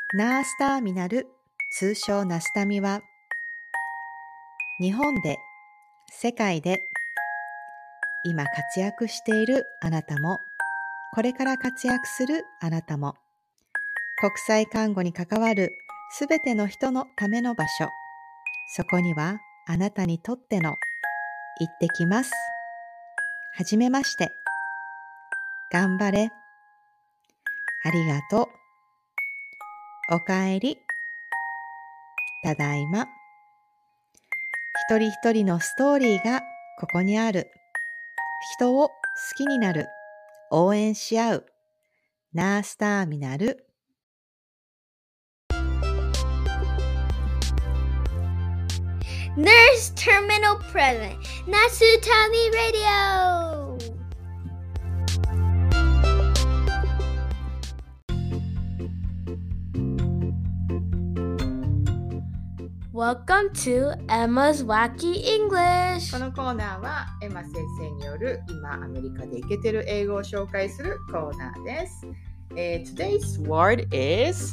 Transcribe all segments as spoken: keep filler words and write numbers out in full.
ナースターミナル、通称ナスタミは、日本で、世界で、今活躍しているあなたも、これから活躍するあなたも、国際看護に関わるすべての人のための場所、そこにはあなたにとっての、行ってきます。はじめまして。頑張れ。ありがとう。おかえり。ただいま。一人一人のストーリーがここにある。人を好きになる。応援し合う。ナースターミナル。 Nurse Terminal Present Nasutami Radio. Welcome to Emma's Wacky English. このコーナーはエマ先生による今アメリカでイケてる英語を紹介するコーナーです。えー、Today's word is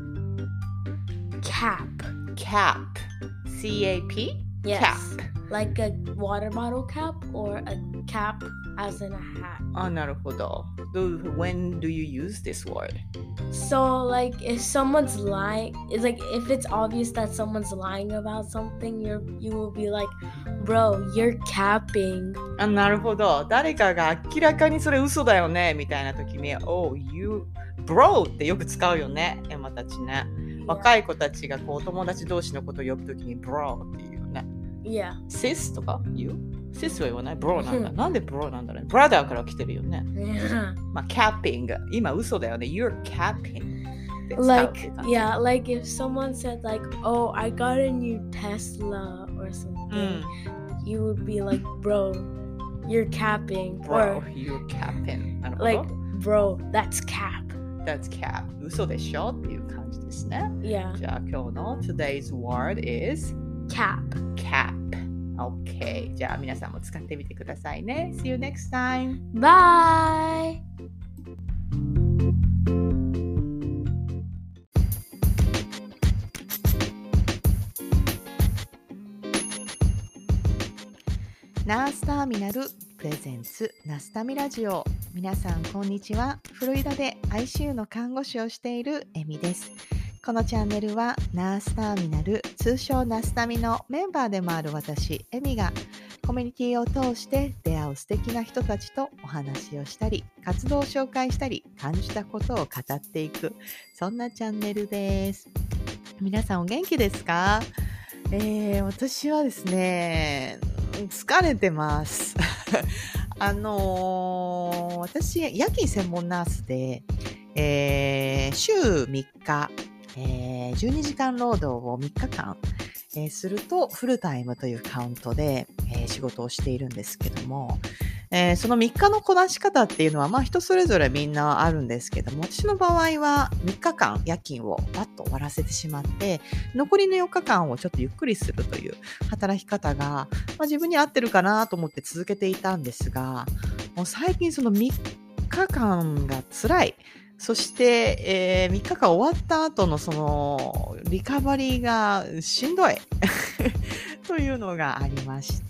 Cap. cap. C A P? Yes. Cap. Like a water bottle cap or a cap as in a hat. あ、なるほど。Do, when do you use this word? So like if someone's lying, it's like if it's obvious that someone's lying about something, you're you will be like, bro, you're capping. あ、なるほど。誰かが明らかにそれ嘘だよねみたいな時に Oh, you bro ってよく使うよね、エマたちね。若い子たちがこう友達同士のことを呼ぶときに bro って言うよね。 Yeah. sis とか言う ?sis は言わない bro なんだ。なんで bro なんだろうね。brother から来てるよね。 Yeah. まあ capping 今嘘だよね。You're capping って使うって Like 感じ。 yeah, like if someone said like, "Oh, I got a new Tesla" or something, うん。 you would be like, "Bro, you're capping." bro, Or you're capping. なるほど。 like, "Bro, that's cap." That's cap. 嘘でしょっていう感じですね。 Yeah. じゃあ今日の Today's word is Cap. cap. OK. じゃあ皆さんも使ってみてくださいね。See you next time. Bye. ナースターミナルプレゼンツナスタミラジオ。皆さんこんにちは。フロリダで アイシーユー の看護師をしているエミです。このチャンネルはナースターミナル、通称ナスタミのメンバーでもある私エミがコミュニティを通して出会う素敵な人たちとお話をしたり、活動を紹介したり、感じたことを語っていく、そんなチャンネルです。皆さんお元気ですか？えー、私はですね、疲れてます。あのー、私、夜勤専門ナースで、えー、週みっか、えー、じゅうにじかん労働をみっかかん、えー、するとフルタイムというカウントで、えー、仕事をしているんですけども、えー、そのみっかのこなし方っていうのはまあ人それぞれみんなあるんですけども、私の場合はみっかかん夜勤をバッと終わらせてしまって、残りのよっかかんをちょっとゆっくりするという働き方が、まあ、自分に合ってるかなと思って続けていたんですが、もう最近そのみっかかんが辛い。そして、えー、みっかかん終わった後のそのリカバリーがしんどいというのがありまして、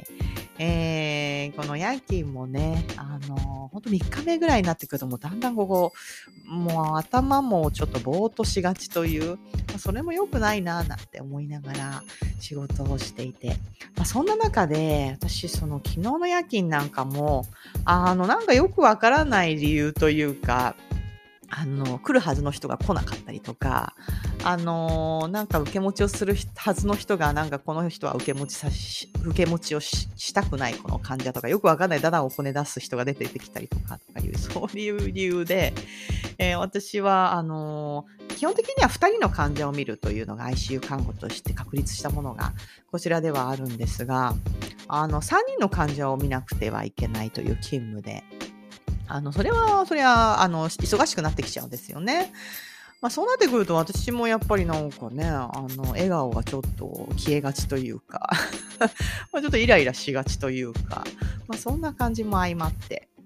えー、この夜勤もね、あの本当みっかめぐらいになってくるともうだんだんここもう頭もちょっとぼーっとしがちという、まあ、それも良くないななんて思いながら仕事をしていて、まあ、そんな中で私その昨日の夜勤なんかもあのなんかよくわからない理由というか、あの来るはずの人が来なかったりとか、あのなんか受け持ちをするはずの人がなんかこの人は受け持ちさし受け持ちを し, したくないこの患者とか、よくわかんないだだをこね出す人が出てきたりとかとかいう、そういう理由で、えー、私はあの基本的にはふたりの患者を見るというのが アイシーユー 看護として確立したものがこちらではあるんですが、あのさんにんの患者を見なくてはいけないという勤務で、あのそれはそれはあの忙しくなってきちゃうんですよね。まあ、そうなってくると私もやっぱりなんかね、あの笑顔がちょっと消えがちというかまあちょっとイライラしがちというか、まあ、そんな感じも相まって、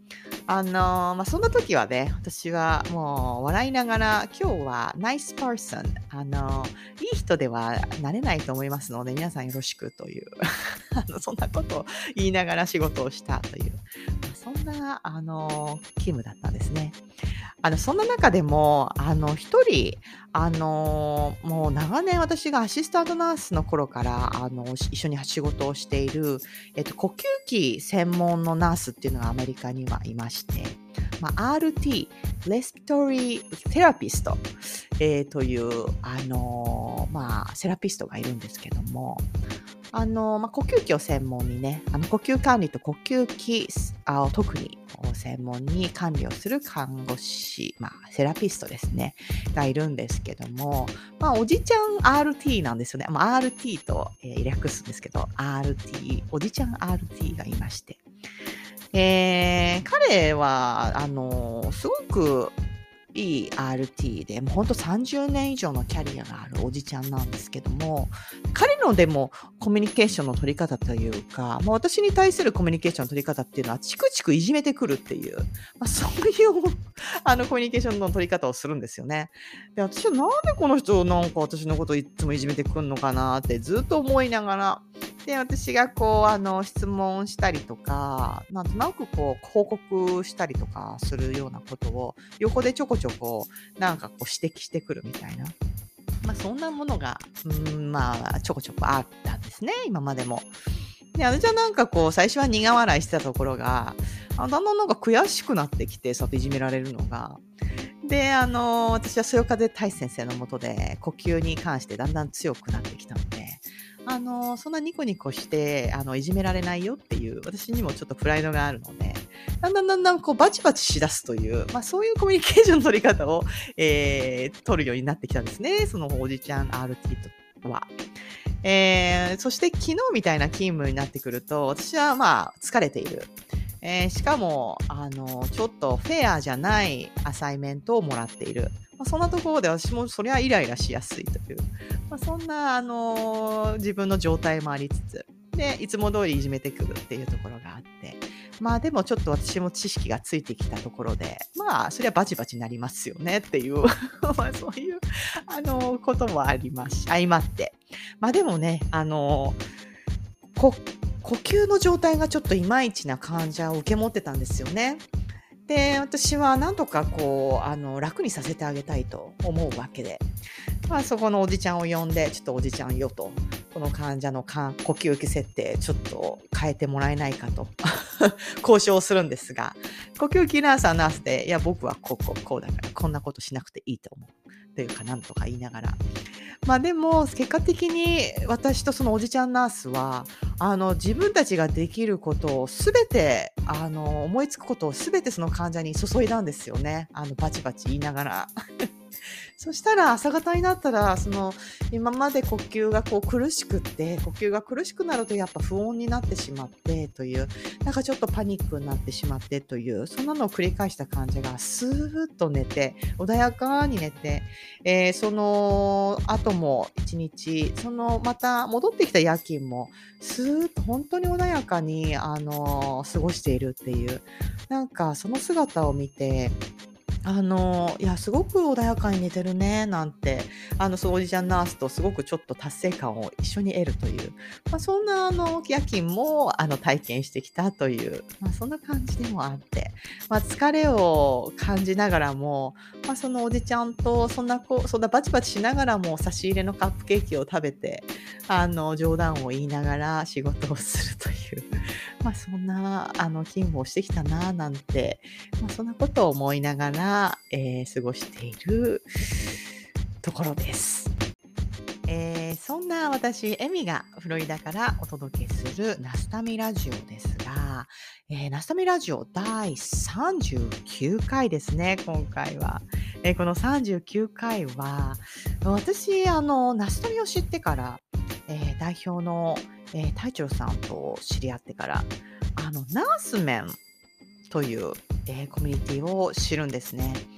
あのーまあ、そんな時はね、私はもう笑いながら、今日は nice person、あのーいい人ではなれないと思いますので、皆さんよろしくという、あのそんなことを言いながら仕事をしたという、まあ、そんな、あのー勤務だったんですね。あの、そんな中でも、あの、一人、あの、もう長年私がアシスタントナースの頃から、あの、一緒に仕事をしている、えっと、呼吸器専門のナースっていうのがアメリカにはいまして、まあ、アールティー、Respiratory Therapist、えーという、あの、まあ、セラピストがいるんですけども、あの、まあ、呼吸器を専門にね、あの呼吸管理と呼吸器を特に専門に管理をする看護師、まあ、セラピストですね、がいるんですけども、まあ、おじちゃん アールティー なんですよね。まあ、アールティー と、えー略すんですけど、アールティー、おじちゃん アールティー がいまして、えー彼は、あの、すごくいい アールティー で、もうほんとさんじゅうねん以上のキャリアがあるおじちゃんなんですけども、彼のでもコミュニケーションの取り方というか、まあ、私に対するコミュニケーションの取り方っていうのは、チクチクいじめてくるっていう、まあ、そういうあのコミュニケーションの取り方をするんですよね。で、私はなんでこの人なんか私のこといつもいじめてくんのかなってずっと思いながら、で、私がこう、あの、質問したりとか、なんとなくこう、報告したりとかするようなことを、横でちょこちょこ、なんかこう指摘してくるみたいな。まあ、そんなものが、うーん、まあ、ちょこちょこあったんですね、今までも。で、私はなんかこう、最初は苦笑いしてたところが、あだんだんなんか悔しくなってきて、そうやっていじめられるのが。で、あの、私はそよ風大先生のもとで、呼吸に関してだんだん強くなってきたので、あの、そんなニコニコして、あの、いじめられないよっていう、私にもちょっとプライドがあるので、だんだんだんだんこうバチバチしだすという、まあそういうコミュニケーションの取り方を、えー、取るようになってきたんですね。そのおじちゃん アールティー とは。えー、そして昨日みたいな勤務になってくると、私はまあ疲れている。えーしかも、あの、ちょっとフェアじゃないアサイメントをもらっている。まあ、そんなところで私もそりゃイライラしやすいという、まあ、そんな、あの自分の状態もありつつ、で、いつも通りいじめてくるっていうところがあって、まあでもちょっと私も知識がついてきたところで、まあそりゃバチバチになりますよねっていう、まあそういう、あのこともありますし、相まって。まあでもね、あのこ呼吸の状態がちょっといまいちな患者を受け持ってたんですよね。で、私はなんとかこう、あの、楽にさせてあげたいと思うわけで、まあそこのおじちゃんを呼んで、ちょっとおじちゃんよと、この患者のか呼吸器設定ちょっと変えてもらえないかと交渉するんですが、呼吸器ナースはナースで、いや僕はこうこうこうだからこんなことしなくていいと思うというかなんとか言いながら、まあでも結果的に私とそのおじちゃんナースはあの自分たちができることをすべてあの思いつくことをすべてその患者に注いだんですよね。あのバチバチ言いながら。そしたら朝方になったらその今まで呼吸がこう苦しくって呼吸が苦しくなるとやっぱ不穏になってしまってというなんかちょっとパニックになってしまってというそんなのを繰り返した患者がスーッと寝て穏やかに寝て、えー、その後も一日そのまた戻ってきた夜勤もスーッと本当に穏やかにあの過ごしているっていうなんかその姿を見てあの、いや、すごく穏やかに寝てるね、なんて、あの、そのおじちゃんナースとすごくちょっと達成感を一緒に得るという、まあ、そんな、あの、夜勤も、あの、体験してきたという、まあ、そんな感じでもあって、まあ、疲れを感じながらも、まあ、そのおじちゃんと、そんなこう、そんなバチバチしながらも、差し入れのカップケーキを食べて、あの、冗談を言いながら仕事をするという、まあ、そんな、あの、勤務をしてきたな、なんて、まあ、そんなことを思いながら、えー過ごしているところです。えーそんな私、エミがフロリダからお届けするナスタミラジオですが、えーナスタミラジオだいさんじゅうきゅうかいですね、今回は。えーこのさんじゅうきゅうかいは、私、あの、ナスタミを知ってから、えー代表の、えー、太一郎さんと知り合ってから、あの、ナースメンという、えーコミュニティを知るんですね。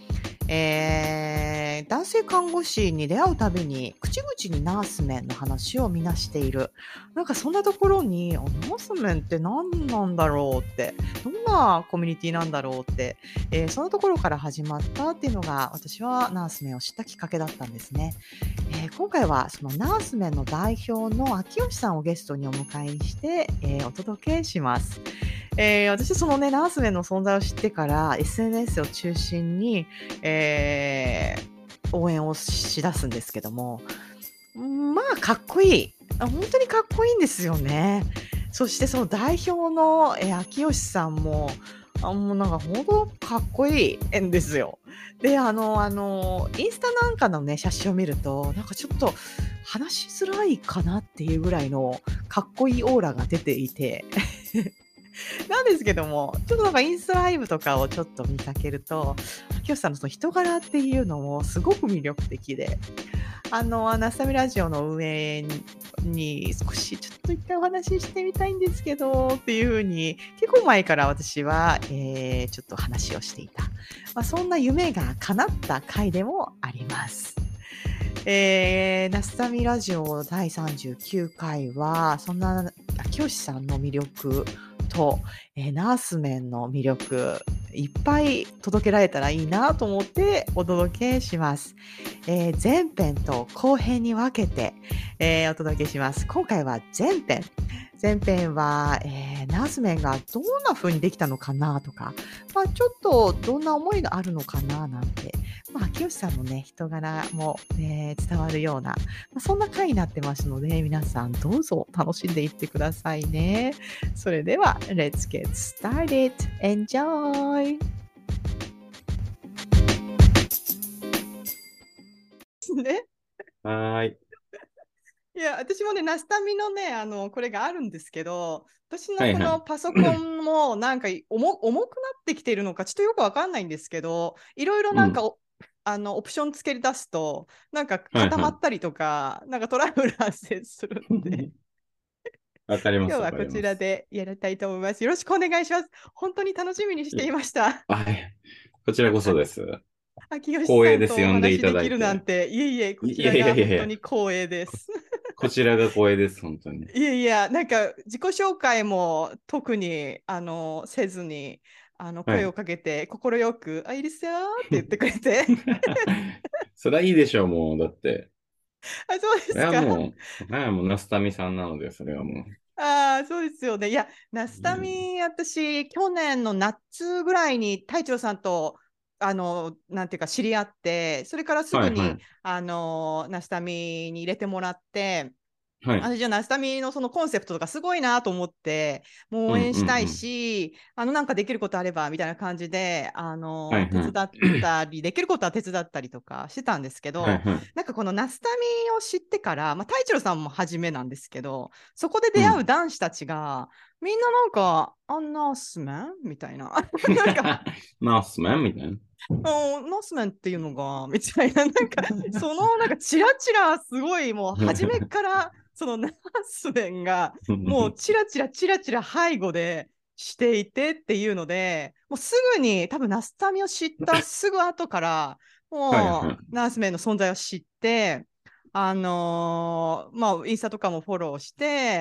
えー男性看護師に出会うたびに口々にナースメンの話をみなしている。なんかそんなところに、あナースメンって何なんだろうって、どんなコミュニティなんだろうって、えーそのところから始まったっていうのが、私はナースメンを知ったきっかけだったんですね。えー今回はそのナースメンの代表の秋吉さんをゲストにお迎えして、えーお届けします。えー私そのねナースメンの存在を知ってから エスエヌエス を中心に、えー応援をしだすんですけども、うんまあかっこいい。あ本当にかっこいいんですよね。そしてその代表の、えー秋吉さんも、あもうなんか本当かっこいいんですよ。で、あの、あの、インスタなんかのね、写真を見ると、なんかちょっと話しづらいかなっていうぐらいのかっこいいオーラが出ていて、なんですけども、ちょっとなんかインスタライブとかをちょっと見かけると、秋吉さんのその人柄っていうのもすごく魅力的で、あの、ナスタミラジオの運営に少しちょっと一回お話ししてみたいんですけど、っていうふうに、結構前から私は、えーちょっと話をしていた。まあ、そんな夢が叶った回でもあります。えー、ナスタミラジオだいさんじゅうきゅうかいは、そんな秋吉さんの魅力と、えーナースメンの魅力、いっぱい届けられたらいいなと思ってお届けします。えー前編と後編に分けて、えーお届けします。今回は前編。前編は、えーナースメンがどんな風にできたのかなとか、まあ、ちょっとどんな思いがあるのかななんて、まあ、秋吉さんのね、人柄も、えー伝わるような、まあ、そんな回になってますので、皆さんどうぞ楽しんでいってくださいね。それでは、Let's get started. Enjoy! ね。 はーい。 いや、私もね、ナスタミのね、あの、これがあるんですけど、私のこはいはいのパソコンもなんか重重くなってきているのか、ちょっとよくわかんないんですけど、いろいろなんかお、あのオプションつけ出すと、なんか固まったりとか、なんかトラブル発生するんで、 わかります。 今日はわかりますこちらでやりたいと思います。よろしくお願いします。本当に楽しみにしていました。 はい。こちらこそです。 秋吉光さんとお栄です呼んでい話できただいてるなんて、いえいえ、こちいやらがいやいやいや本当に光栄です。 こちらが光栄です、本当に。 いやいや、なんか自己紹介も特にあのせずにあのはい声をかけて、快く、あ、いいですよって言ってくれて、 それはいいでしょう、もう。だって。 あ、そうでそれはすか。 もう、はい、もう、ナスタミさんなので、それはもう。 ああ、そうですよね。いや、ナスタミ、私、去年の夏ぐらいに太一郎さんと、あの、なんていうか知り合って、それからすぐに、 はいはいあの、ナスタミに入れてもらって、 はい。 私じゃあナスタミのそのコンセプトとかすごいなと思って、もう応うん援したいうんうんし、あのなんかできることあればみたいな感じで、あの手はいはい伝ったり、できることは手伝ったりとかしてたんですけど、 はいはい。 なんかこのナスタミを知ってから、まあ、太一郎さんも初めなんですけど、そこで出うん会う男子たちが、みんななんか、あんナースメンみたいな。なんか、 ナースマンみたいな。 あナースメンっていうのが、みたいな、なんか、その、なんか、チラチラ、すごい、もう、初めから、そのナースメンが、もう、チラチラ、チラチラ背後でしていてっていうので、もうすぐに、多分ナスタミを知ったすぐ後から、もう、 はいはいナースメンの存在を知って、あのーまあ、インスタとかもフォローして、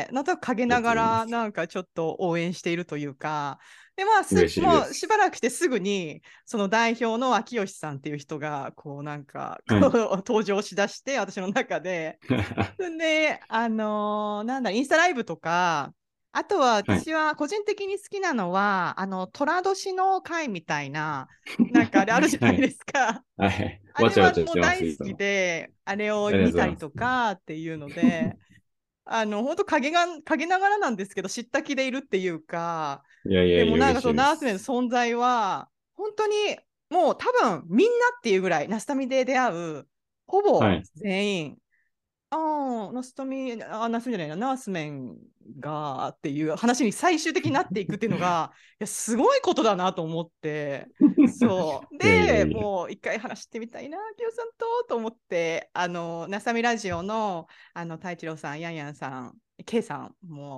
なんとなく陰ながら、 ありがとうございますなんかちょっと応援しているというか、で、まあ、す嬉しいですもうしばらくしてすぐに、その代表の秋吉さんっていう人が、こう、なんか、こうはい登場しだして、私の中で。で、あのーなんだ、インスタライブとか、あとは私は個人的に好きなのは、あの、寅年の会みたいな、なんかあれあるじゃないですか。 はい。 あれわちゃわちゃはもうしてます。 大好きで、あれをありがとう見たりございますとかっていうので、あの、本当影が、影ながらなんですけど、知った気でいるっていうか、 いやいやいや、 でもなんか嬉しいでそのナースメンのす。 存在は、本当にもう多分みんなっていうぐらい、ナスタミで出会う、ほぼはい。 全員、ああ、ナスタミ、あ、ナスタミじゃないな、ナースメンがっていう話に最終的になっていくっていうのが、いや、すごいことだなと思って、そう。 いやいやで、 いやもう一回話してみたいな、キヨさんとと思って、あの、ナスタミラジオの、あの、太一郎さん、ヤンヤンさん、ケイさんも、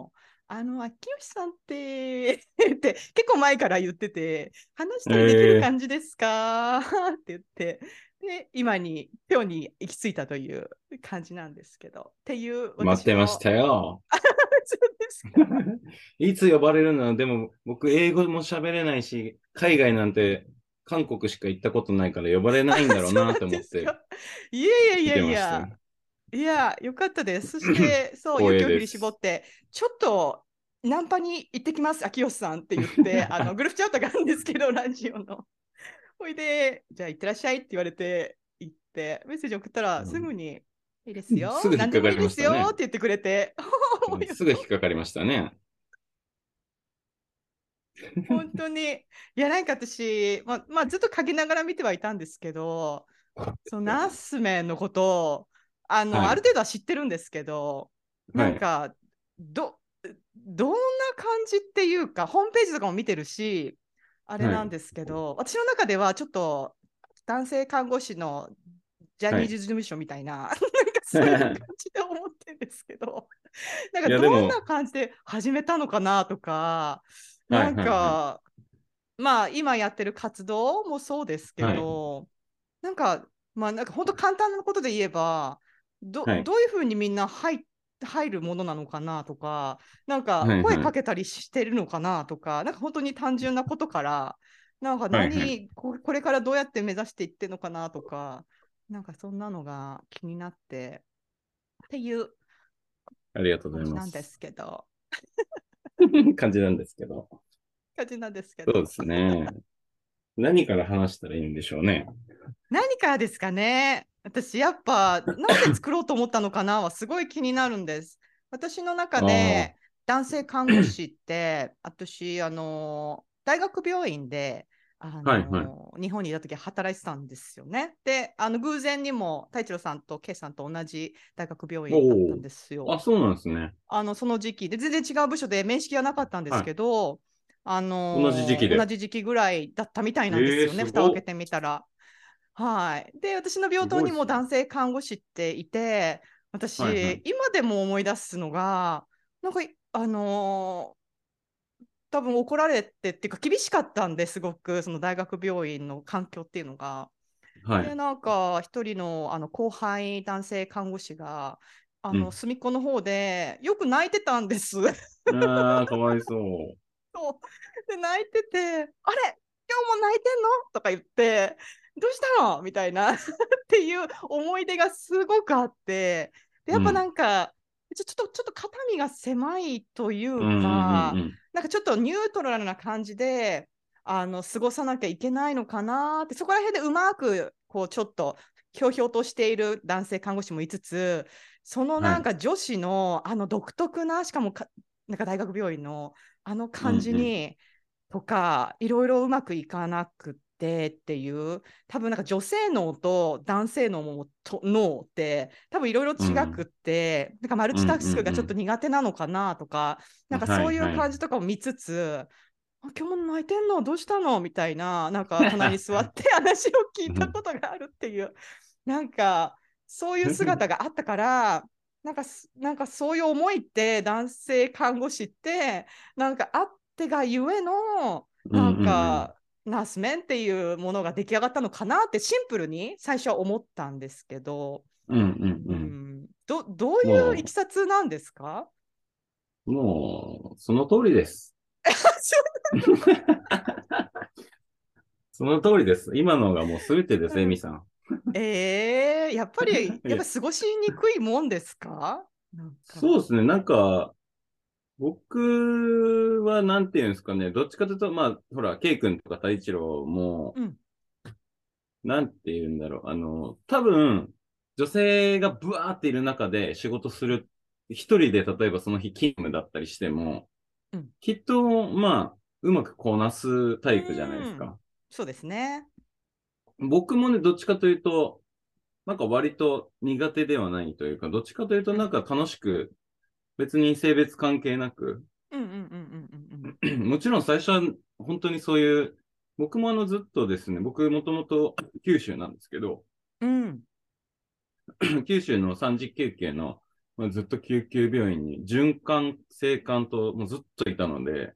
あの、秋吉さんってって結構前から言ってて、話したりできるえ感じですかって言って、で、今に、今日に行き着いたという感じなんですけど、っていうー、待っ私の、 てましたよ。 そうですか。 いつ呼ばれるの？でも僕英語も喋れないし、海外なんて韓国しか行ったことないから呼ばれないんだろうなそうなんと思ってですか。いやい見やいやてましたよ。 いや、いや、よかったです。そして、そう、勇光栄気を振り絞です。 って、ちょっと、ナンパに行ってきます、秋吉さんって言って、あの、グループチャットがあるんですけど、ラジオの。ほいで、じゃあ行ってらっしゃいって言われて、行って、メッセージ送ったら、すぐに、いいですすよ、何でぐ引っかかりもいいですましたね。 よって言ってくれて、 すぐ引っかかりましたね。 本当に、いや、なんか私、まあ、まあ、ずっと書きながら見てはいたんですけど、そのナースメンのことを、あの、 はい。 ある程度は知ってるんですけど、なはい。 んか、ど、どんな感じっていうか、ホームページとかも見てるし、あれはい。 なんですけど、私の中ではちょっと男性看護師のジャはい。 ニーズ事務所みたいな、なんかそういう感じで思ってるんですけど、なんかいや、 どんなでも、 感じで始めたのかなとか、 はいなんはいはい。 か、まあ今やってる活動もそうですけはい。 ど、なんか、まあなんか本当簡単なことで言えば、ど、 はい。 どういうふうにみんな入、入るものなのかなとか、なんかはいはい。 声かけたりしてるのかなとか、なんか本当に単純なことから、なんかはいはい。 何、こ、これからどうやって目指していってるのかなとか、なんかそんなのが気になってっていうありがとうご感ざいます。 じなんですけど、 感じなんですけど。 感じなんですけど。 そうですね。何から話したらいいんでしょうね。 何からですかね。私、やっぱ、なんで作ろうと思ったのかなはすごい気になるんです。私の中ああ。 で、男性看護師って、私、あの、大学病院で、あはいはい。 の、日本にいた時働いてたんですよね。で、あの、偶然にも、太一郎さんと圭さんと同じ大学病院だったんおですよ。 お。あ、そうなんですね。 あの、その時期で、全然違う部署で面識はなかったんですはい。 けど、あ同じ時の、同期で。 じ時期ぐらいだったみたいなんでええー、 すよね、 すごっ。 蓋を開けてみたら。はい。で、私の病棟にすごいっすね。 も男性看護師っていて、私、 はいはい。 今でも思い出すのが、なんか、あのー多分怒られてっていうか、厳しかったんですごく、その大学病院の環境っていうのが。で、 はい。 なんか、一人のあの後輩男性看護師が、あのうん。 隅っこの方でよく泣いてたんです。 ああ、かわいそそうで、泣いてて、あれ今日も泣いてんのとか言って、どうしたのみたいなっていう思い出がすごくあって、で、 う。 やっぱなうん。 んか、ちょ、ちょっと、ちょっと肩身が狭いといううんうんうんか、 うん。 なんかちょっとニュートラルな感じで、あの、過ごさなきゃいけないのかなって、そこら辺でうまく、こう、ちょっと、ひょうひょうとしている男性看護師もいつつ、そのはい。 なんか女子のあの独特な、しかもかなんか大学病院のあのうんう感じん。 に、とか、いろいろうまくいかなくてっていう、多分なんか女性脳と男性脳もと脳って多分いろいろうん。 違くって、なんかマルうんうチタスクがちょっとん苦手なのかなとか、なうん。 んかそういうはいはい。 感じとかを見つつ、あ今日も泣いてんのどうしたのみたいな、なんか隣に座って話を聞いたことがあるっていう、なんかそういう姿があったから、なんかなんかそういう思いって男性看護師ってなんかあってがゆえのなんうんうんうん。 かナースメンっていうものが出来上がったのかなってシンプルに最初は思ったんですけど、 うんうんううん。 ん、どどういういきもさつなんですか？ う、もう、その通りです。その通りです。今のがもう全てです、エミさん。 えー、やっぱり、 いや、 やっぱ過ごしにくいもんですか？なんか。 そうですね。なんか、僕はなんていうんですかね。どっちかというと、まあ、ほら、ケイ君とか太一郎も、 うん。 なんて言うんだろう。あの、多分、女性がブワーっている中で仕事する、一人で例えばその日勤務だったりしても、 うん。 きっと、まあ、うまくこなすうタイプじゃないですーん。 か。 そうですね。 僕もね、どっちかというと、なんか割と苦手ではないというか、どっちかというとうん。 なんか楽しく、別に性別関係なく、 うんうんうんうんうんもちろん最初は本当にそういう、僕もあのずっとですね、僕もともと九州なんですけど、 うん。うん。 九州の三次休憩のまあ、ずっと救急病院に、循環、生還ともうずっといたので、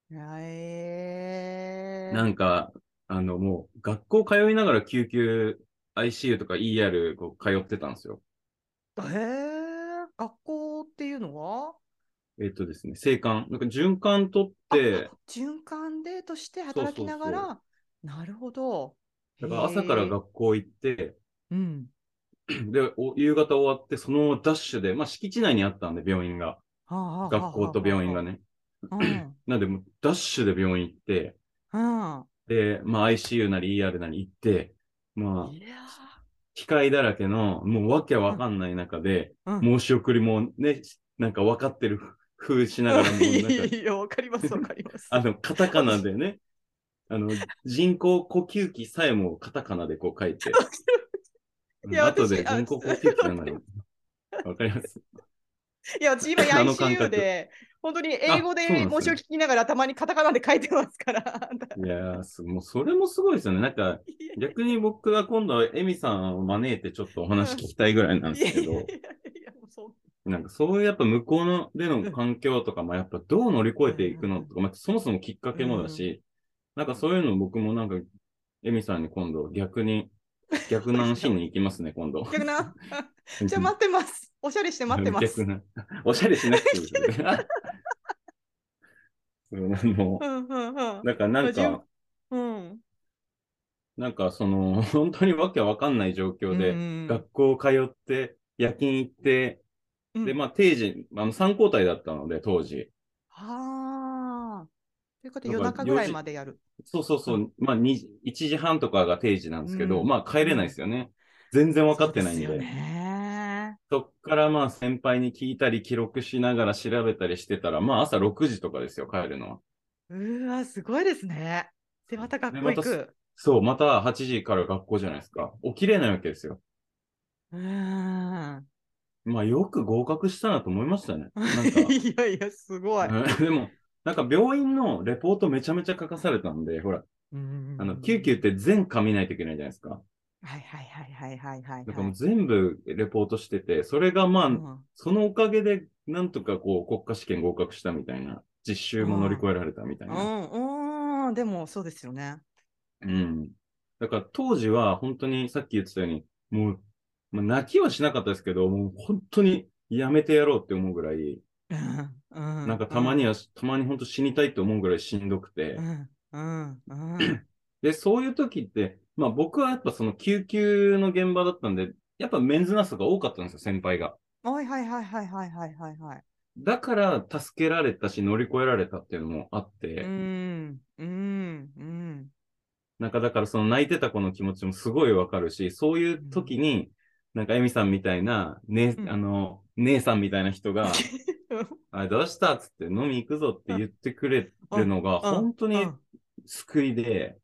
へー。 なんか、あの、もう、学校通いながら救急 アイシーユー とか イーアール こう通ってたんですよ。 へー。学校っていうのはえっとですね、生還。なんか循環取っあ、 て、 循環デーとしてそう働きそうそながら、なるほど。 う。だから朝からへー。 学校行って、 うん。 で、お夕方終わって、そのダッシュで、まあ敷地内にあったんで、病院が。 はあはあは学校とあはあは病院がね。 あ。うん。 なんで、もうダッシュで病院行って、 うん。 で、まあ アイシーユー なり イーアール なり行って、まあ、 いや機械だらけの、もうわけー。うん。 わかんない中で、 うん。 申し送りもね、なんか分かってる風しながら、もういやなんか、 いやいや、わかります、わかります。 あの、カタカナ私、 でね、あの、人工呼吸器さえもカタカナでこう書いて、 いや、 うん、後私、あ、 で人ちょっと工呼吸器な待って。 のよ。わかります。 いや、私今あの感アイシーユー覚。 で、本当に英あ、 語そうなんですね。 で申し訳聞きながらたまにカタカナで書いてますから。 いやー、すもうそれもすごいですよね。なんか、逆に僕が今度はエミさんを招いてちょっとお話聞きたいぐらいなんでいやいやいやすけど、 いや、もうそう。 なんかそういうやっぱ向こうのでのうん環境とか、まあやっぱどう乗り越えていくのとか、まあそもそもきっかけもだうんし、なんかそういうの僕もなんか、エミさんに今度逆に、逆難しに行きますね、今度。 逆な。じゃあ待ってます。おしゃれして待ってます。 逆な。おしゃれしなくていいですよね。そうあの、 うんうんうん。 だからなまあ、じゅんんか、 うん。 なんかその、本当にわけわかんない状うん況で、 うん学校通って、夜勤行って、で、 うん。 まあ定時、あのさん交代だったので、当時。 はあ。ということで夜だから中ぐらいよじ、 までやる。 そうそううん。 そう、まあにいちじはんとかが定時なんですけど、 うん。 まあ帰れないでうん。 すよね。全然わかっそうですよてないんで。 ね。 そっからまあ先輩に聞いたり記録しながら調べたりしてたら、まあ朝ろくじとかですよ、帰るのは。 うーわ、すごいですね。で、また学で、またす、 校行く。 そう、またはちじから学校じゃないですか。起きれないわけですよ。 うーん。 まあよく合格したなと思いましたね。なんか、 いやいや、すごい。 うんでも、なんか病院のレポートめちゃめちゃ書かされたんで、ほら、 うーあの、救急っん。 て全噛みないといけないじゃないですか。 はいはいはいはいはいはいだからもうはい。 全部レポートしてて、それがまあ、 うん。 そのおかげでなんとかこう国家試験合格したみたいな、実習も乗り越えられたみたいな。 うん、うん、でもそうですよね。 うん。だから当時は本当にさっき言ってたように、もう、まあ、泣きはしなかったですけど、もう本当にやめてやろうって思うぐらい、 うん、うん、 なんかうん、 たまには、たまに本当死にたいって思うぐらいしんどくて、 うん、うん、うん。 で、そういう時って、まあ僕はやっぱその救急の現場だったんで、やっぱメンズナースが多かったんですよ、先輩が。 はいはいはいはいはいはいはいはい。 だから助けられたし乗り越えられたっていうのもあっうて、 ん、うん、うん、 なんかだからその泣いてた子の気持ちもすごいわかるし、そういううん、 時に、なんかエミさんみたいな、ね、 うん。 あの、姉さんみたいな人が、あ、どうしたっつって飲み行くぞって言ってくれうん、 るのがうん、 本当にうん。 救いで、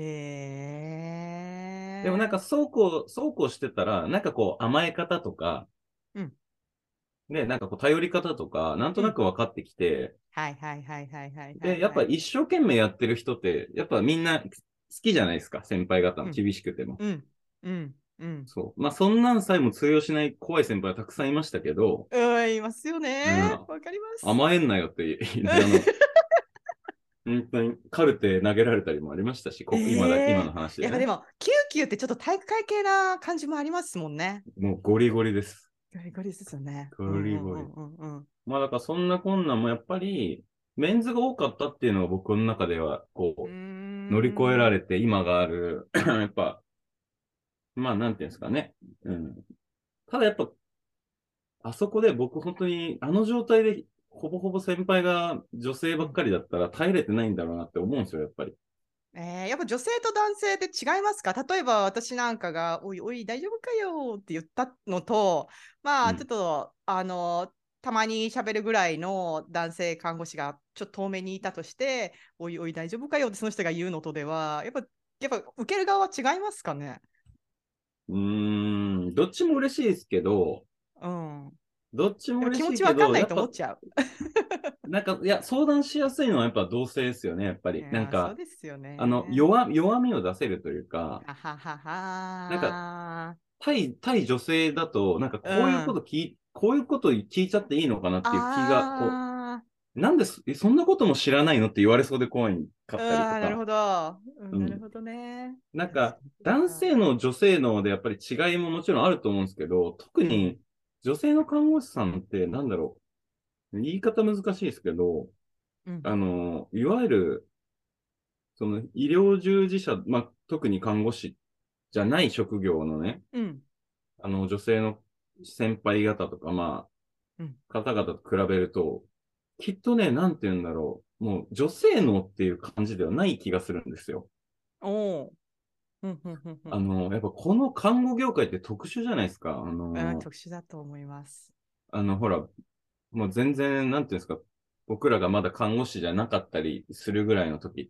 でもなんかえそうこう、そうこうしてたら、なんかこう甘え方とか、 ー。うん、 ね、なんかこう頼り方とか、なんとうん。 なく分かってきて、 はいはいはいはいはいはで、 いはい。 やっぱ一生懸命やってる人って、やっぱみんな好きじゃないですか、先輩方もうん、 厳しくても。 うん、うん、うん。 そう。まあそんなんさえも通用しない怖い先輩はたくさんいましたけど、 うん、いますよね。 うん、 わかります。 甘えんなよって、あの、本当にカルテ投げられたりもありましたし、こ今だ、今のええ、 話でね。 やっぱでも、救急ってちょっと体育会系な感じもありますもんね。 もうゴリゴリです。 ガリガリですよね。うゴんうリゴリ。 んうんうんうん。 まあだからそんなこんなんもやっぱり、メンズが多かったっていうのが僕の中では、 うーこう、乗り越えらん。 れて今がある、やっぱ、まあなんていうんですかね。うん。ただやっぱ、あそこで僕本当に、あの状態で、ほぼほぼ先輩が女性ばっうん。 かりだったら耐えれてないんだろうなって思うんですよ、やっぱり。 えー、やっぱ女性と男性って違いますか？例えば私なんかが、おいおい、大丈夫かよって言ったのと、まあ、ちょうん。 っと、あの、たまに喋るぐらいの男性看護師がちょっと遠目にいたとして、おいおい、大丈夫かよってその人が言うのとでは、やっぱ、やっぱ受ける側は違いますかね？ うーん、どっちも嬉しいですけど、 うん。 どっちもやっぱ気持嬉しいけど、 ちわかんないやっぱ、 と思っちゃう。 なんか、いや、相談しやすいのはやっぱ同性ですよね、やっぱり。なんいや、そうか、 ですよあの、 ね。 弱、弱みを出せるというか、 はははなんか、 は。 対、対女性だと、なんかこういうこと聞い、こういうこと聞いちゃっていいのかなっていう気が、こあう、なんでそ、えそんなことも知らないのって言われそうで怖いかあ、 ったりとか、 なるほど。うん、 うんなるほどね。 なんか、 確か男性の女性のでやっぱり違いももちろんあると思うんですけど、特にに女性の看護師さんってなんだろう、言い方難しいですけど、 うん、 あの、いわゆる、その医療従事者、まあ、特に看護師じゃない職業のね、 うん、 あの、女性の先輩方とか、まうん。 あ、方々と比べると、きっとね、なんて言うんだろう、もう女性能っていう感じではない気がするんですよ。 おお。うん、うん、うん、うん。 あの、やっぱこの看護業界って特殊じゃないですか。ああー、 の、 特殊だと思います。 あの、ほら、もう全然、なんていうんですか、僕らがまだ看護師じゃなかったりするぐらいの時って、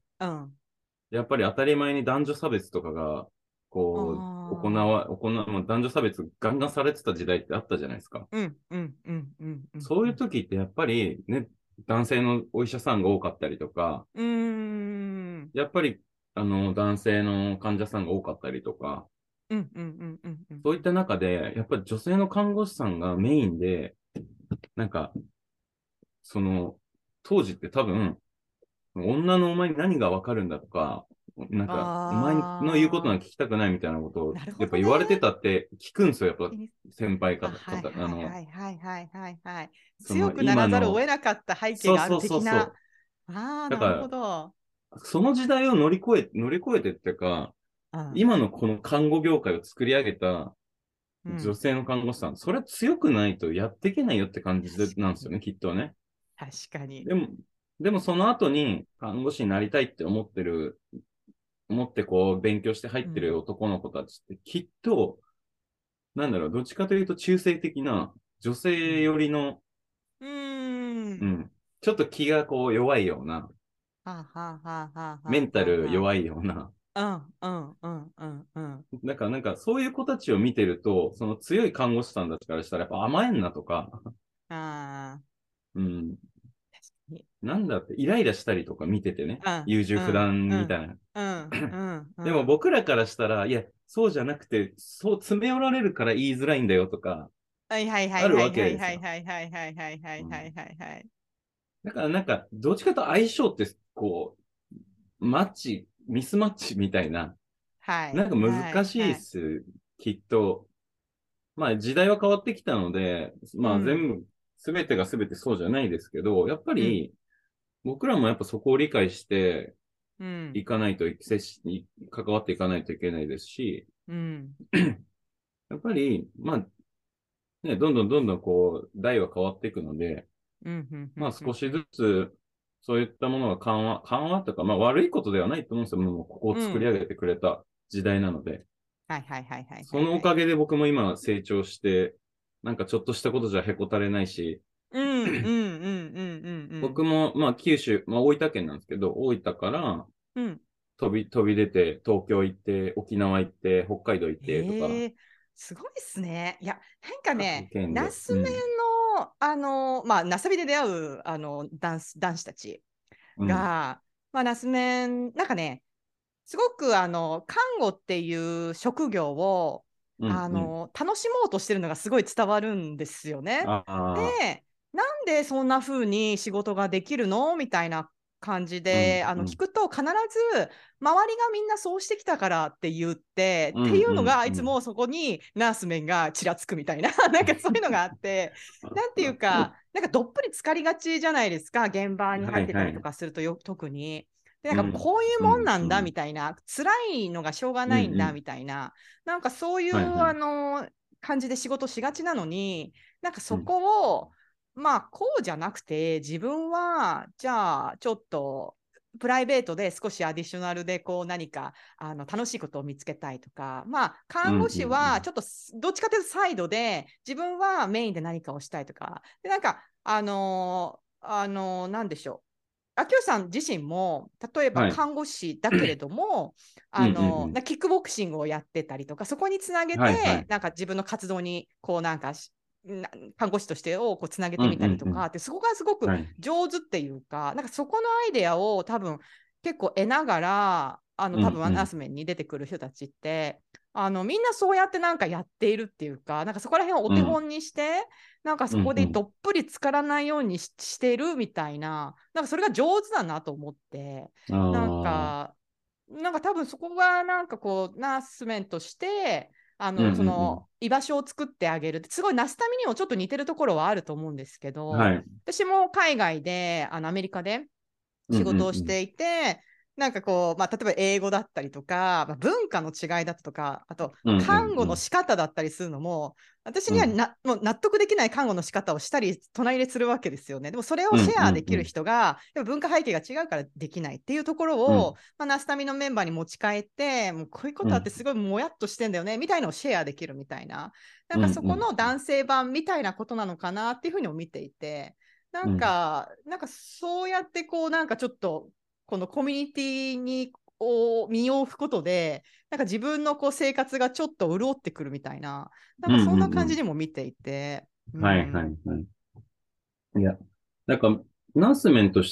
うん。 やっぱり当たり前に男女差別とかが、こう、行ああ。 わ、行わ、もう男女差別ガンガンされてた時代ってあったじゃないですか。 うん、うん、うん、うん、うん。 そういう時ってやっぱりね、男性のお医者さんが多かったりとか、 うーん。 やっぱり、あの、男性の患者さんが多かったりとか、 うん、うん、うん、うん、うん。 そういった中で、やっぱり女性の看護師さんがメインで、なんか、その、当時って多分、女のお前に何がわかるんだとか、なんか、お前の言うことなんあか聞きたくないみたいなことあ、 を、 なるほどね。 やっぱ言われてたって聞くんですよ、やっぱ気に先輩あ、 方、 はい方、あの、 はいはいはいはいはいはい。 その強くならざるを得今の、 なかった背景があるそうそうそう的な。 そう。 ああ、なるほだかど。 ら、その時代を乗り越え、乗り越えてっていうか、 うん。 今のこの看護業界を作り上げたうん。 女性の看護師さん、それは強くないとやっていけないよって感じでなんですよね、きっとね。 確かに。 でも、でもその後に看護師になりたいって思ってる、思ってこう勉強して入ってうん。 る男の子たちってきっと、なんだろう、どっちかというと中性的な女性うん寄りの、 うーん。 うん、ちょっと気がこう弱いような、 はあはあはあはあはメンタあはル弱いような、 あ。うんうんうんうんうん。 だからなんかそういう子たちを見てると、その強い看護師さんたちからしたらやっぱ甘えんなとか、 ああ、 うん、 確かに。 なんだってイライラしたりとか見ててね、 うん優柔不うんうん断みたいな。 うんうんうでもん。 僕らからしたら、いや、そうじゃなくて、そう詰め寄られるから言いづらいんだよとか、 はいはいはいあるわはいはいけですよ。 はいはいはいはいはいはいうん、 はいはいはい。 だからなんか、どっちかと相性って、こう、マッチ、ミスマッチみたいな、 はいなんかはい難しいはい。 っす、きっと。まあ時代は変わってきたので、まあうん。 全部、すべてがすべてそうじゃないですけど、やっぱうん。 り僕らもやっぱそこを理解してうん。 いかないと、接し、関わっていかないといけないですし、 うん。 やっぱり、まあね、どんどんどんどんこう、代は変わっていくので、 うん。うん。うん。うん。 まあ少しずつ、そういったものが緩和、緩和とか、まあ悪いことではないと思うんですよ。もうここを作りうん。 上げてくれた時代なので。 はいはいはいはいはそのおいはい。 かげで僕も今成長して、なんかちょっとしたことじゃへこたれないし、 うんうんうんうんうんうん僕もまあ九州、まあ大分県なんですけど、大分からうん。うん。 飛び、飛び出て、東京行って、沖縄行って、北海道行ってとか、 ええ、すごいっすね。いや、なんか各ね、 県で。 ナスメうん。 の、あの、まあ、ナスビで出会う、あの、男子、男子たちうん。 が、まあ、ナスメン、なんかね、すごく、あの、看護っていう職業を、 うん。うん。 あの、楽しもうとしてるのがすごい伝わるんですよね。 ああ、 で、なんでそんな風に仕事ができるのみたいな感じうん。 で、あの、聞うん。 くと必ず、周りがみんなそうしてきたからって言って、 うん。 っていうのうん。 が、いうん。 つもそこにナースメンがちらつくみたいな、なんかそういうのがあって、なんていうか、なんかどっぷり浸かりがちじゃないですか、現場に入ってたりとはいはい。 かするとよ、特に。で、なんかうん。 こういううん。 もんなんだうん。 みたいな、辛いのがしょうがうん。 ないんだうん。 みたいな、なんかそういうはいはい。 あの感じで仕事しがちなのに、なんかそうん。 こを、まあこうじゃなくて、自分はじゃあちょっとプライベートで少しアディショナルでこう何かあの楽しいことを見つけたいとか、まあうん。 看護師うん。うん。 はちょっとどっちかというとサイドで自分はメインで何かをしたいとか、でなんかあのー、あのー、なんでしょう。秋吉さん自身も例えばはい。 看護師だけれどもうん。うん。 あのうん。 キックボクシングをやってたりとかそこにつなげはいはい。 てなんか自分の活動にこうなんか看護師としてをこうつなげうん。 てみたりうん。うん。 とかってそこがすごくはい。 上手っていうかなんかそこのアイデアを多分結構得ながらあのうん。 多分アナウンうん。 スメントに出てくる人たちってあのみんなそうやってなんかやっているっていうか、なんかそこら辺をお手本にして、うん、なんかそこでどっぷり浸からないように し,、うんうん、してるみたいな、なんかそれが上手だなと思って、なんかなんか多分そこがなんかこうナースメンとしてあの、うんうんうん、その居場所を作ってあげるってすごいナスタミにもちょっと似てるところはあると思うんですけど、はい、私も海外であのアメリカで仕事をしていて、うんうんうん、なんかこう、まあ、例えば英語だったりとか、まあ、文化の違いだったとか、あと看護の仕方だったりするのも、うんうんうん、私にはな、もう納得できない看護の仕方をしたり隣でするわけですよね。でもそれをシェアできる人が、うんうんうん、文化背景が違うからできないっていうところを、うん、まあ、ナスタミのメンバーに持ち帰って、もうこういうことあってすごいもやっとしてんだよね、みたいなのをシェアできるみたいな、なんかそこの男性版みたいなことなのかなっていうふうにも見ていて、なんか、うん、なんかそうやってこうなんかちょっとこのコミュニティにを身を置くことで、なんか自分のこう生活がちょっと潤ってくるみたいな、なんかそんな感じにも見ていて。 はいはいはい。いや、なんか、ナースメンとして、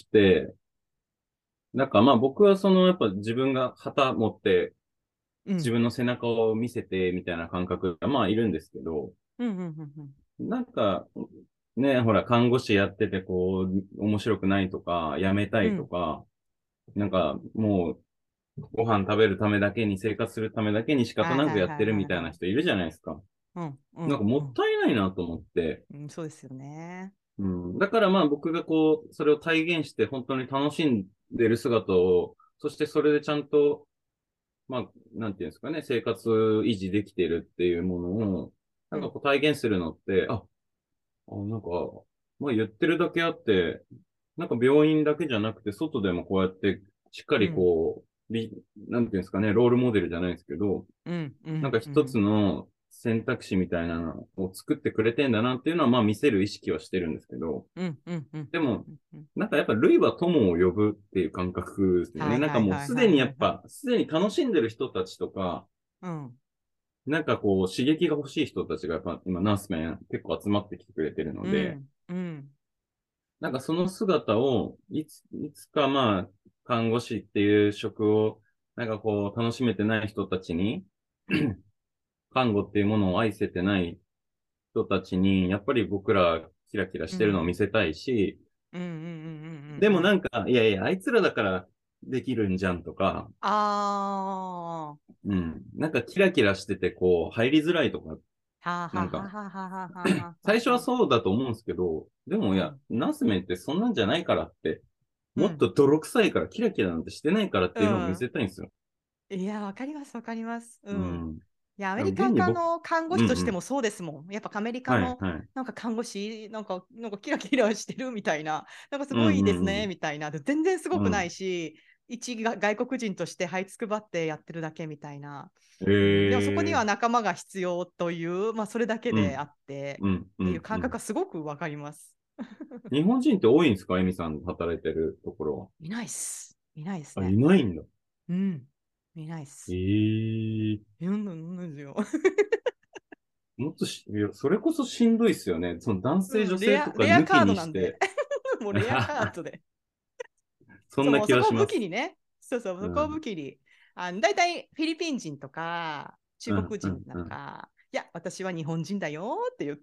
なんかまあ僕はそのやっぱ自分が旗持って、自分の背中を見せてみたいな感覚がまあいるんですけど、 うんうんうんうん、 なんか、ね、ほら、看護師やっててこう、面白くないとか、辞めたいとか、うん、なんかもう、ご飯食べるためだけに、生活するためだけに仕方なくやってるみたいな人いるじゃないですか。なんかもったいないなと思って。 うんうん、そうですよね。 うん。だからまあ僕がこう、それを体現して本当に楽しんでる姿を、そしてそれでちゃんと、まあ、なんていうんですかね、生活維持できてるっていうものを、なんかこう体現するのって、うん、あ、あ、なんか、まあ言ってるだけあって、なんか病院だけじゃなくて、外でもこうやって、しっかりこう、うん、なんていうんですかね、ロールモデルじゃないですけど、 うんうん、 なんか一つの選択肢みたいなのを作ってくれてんだなっていうのは、まあ見せる意識はしてるんですけど、 うんうんうん、 でも、なんかやっぱ類は友を呼ぶっていう感覚ですよね。なんかもうすでにやっぱ、すでに楽しんでる人たちとか、うん、なんかこう刺激が欲しい人たちがやっぱ今ナースメン結構集まってきてくれてるので、うんうん、なんかその姿をいつ、いつかまあ看護師っていう職をなんかこう楽しめてない人たちに看護っていうものを愛せてない人たちにやっぱり僕らキラキラしてるのを見せたいし、でもなんか、いやいや、あいつらだからできるんじゃんとか、ああ。うん。なんかキラキラしてて、こう、入りづらいとか、なんか、最初はそうだと思うんですけど、でもいや、うん、ナースメンってそんなんじゃないからって、もっと泥臭いからキラキラなんてしてないからっていうのを見せたいんですよ。 うん、いや、わかります、わかります。うん。うんいやアメリカの看護師としてもそうですもん。うんうん、やっぱアメリカのなんか看護師、なんか、なんかキラキラしてるみたいな、なんかすごいいいですね、うんうんうん、みたいな。全然すごくないし、うん、一外国人として這いつくばってやってるだけみたいな。えー、でもそこには仲間が必要という、まあ、それだけであって、うん、っていう感覚がすごくわかります。 日本人って多いんですか、エミさん働いてるところは。 いないっす。いないっすね。 あ、いないんだ。 うん。いないっす。 えー。 なんなんですよ。 もっとし、いや、それこそしんどいっすよね。その男性、うん、女性とかレア抜きにして。 もうレアカードで。 そんな気がします。 そこを武器にね。そうそう、そこを武器に。うん、あの大体フィリピン人とか中国人なんか、うんうんうん、いや、私は日本人だよって言って、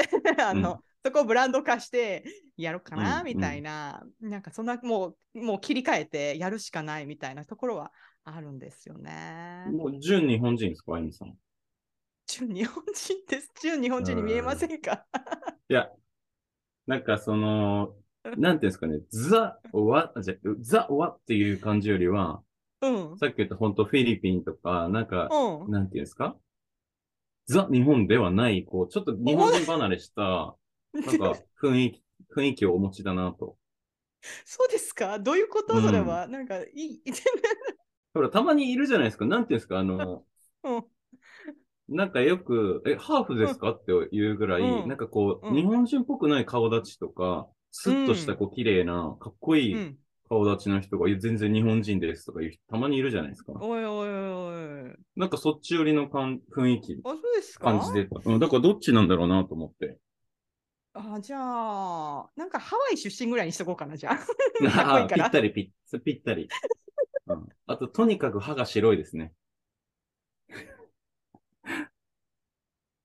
あの、うん、そこをブランド化してやろうかな、うん、みたいな、なんかそんなもう、もう切り替えてやるしかないみたいなところはあるんですよね。 もう純日本人ですか、エミさん。 純日本人です。純日本人に見えませんか？ いや、なんかその、なんていうんですかね、ザ・ワ、じゃ、ザ・ワっていう感じよりは、うん、さっき言った本当フィリピンとか、なんか、うん、なんていうんですか、ザ・日本ではない、こう、ちょっと日本人離れした、なんか雰囲気、雰囲気をお持ちだなと。 そうですか？どういうこと、うん、それは。なんか、いい。 ほら、たまにいるじゃないですか。なんていうんですか、あの、うん、なんかよく、え、ハーフですか、うん、っていうぐらい、うん、なんかこう、うん、日本人っぽくない顔立ちとか、スッとしたこう綺麗な、かっこいい顔立ちの人が、いや全然日本人ですとかいう人たまにいるじゃないですか。 おいおいおい。 なんかそっち寄りのかん雰囲気、 あ、そうですか？ 感じでた。うん、だからどっちなんだろうなと思って。 あ、じゃあ、なんかハワイ出身ぐらいにしとこうかな、じゃあ。かっこいいから。ぴったりぴっ、ぴったり。うん、あと、とにかく歯が白いですね。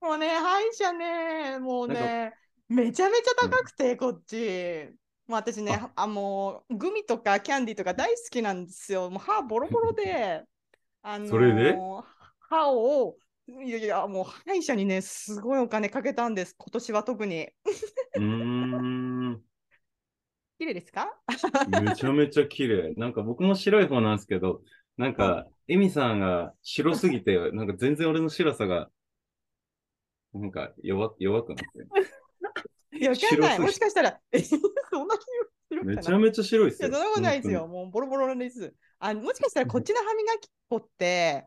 もうね、歯医者ね、もうなんか、 ね、めちゃめちゃうん、 高くて、こっち。もう私ね、 あ、 あ、もう、グミとかキャンディーとか大好きなんですよ。もう歯ボロボロで、あそれでのー歯を、いやいや、もう歯医者にね、すごいお金かけたんです。今年は特に。 うーん。 綺麗ですか？ めちゃめちゃ綺麗。なんか僕も白い方なんですけど、なんうん。 か、エミさんが白すぎて、なんか全然俺の白さが、なんか弱、弱くなってる。 いや、わかんない。 白すぎ、 もしかしたら、え、そんなに白かな。いめちゃめちゃ白いっすや、そんよ。 なことないですよ。 本当に。 もうボロボロです。あ、もしかしたらこっちの歯磨き粉って、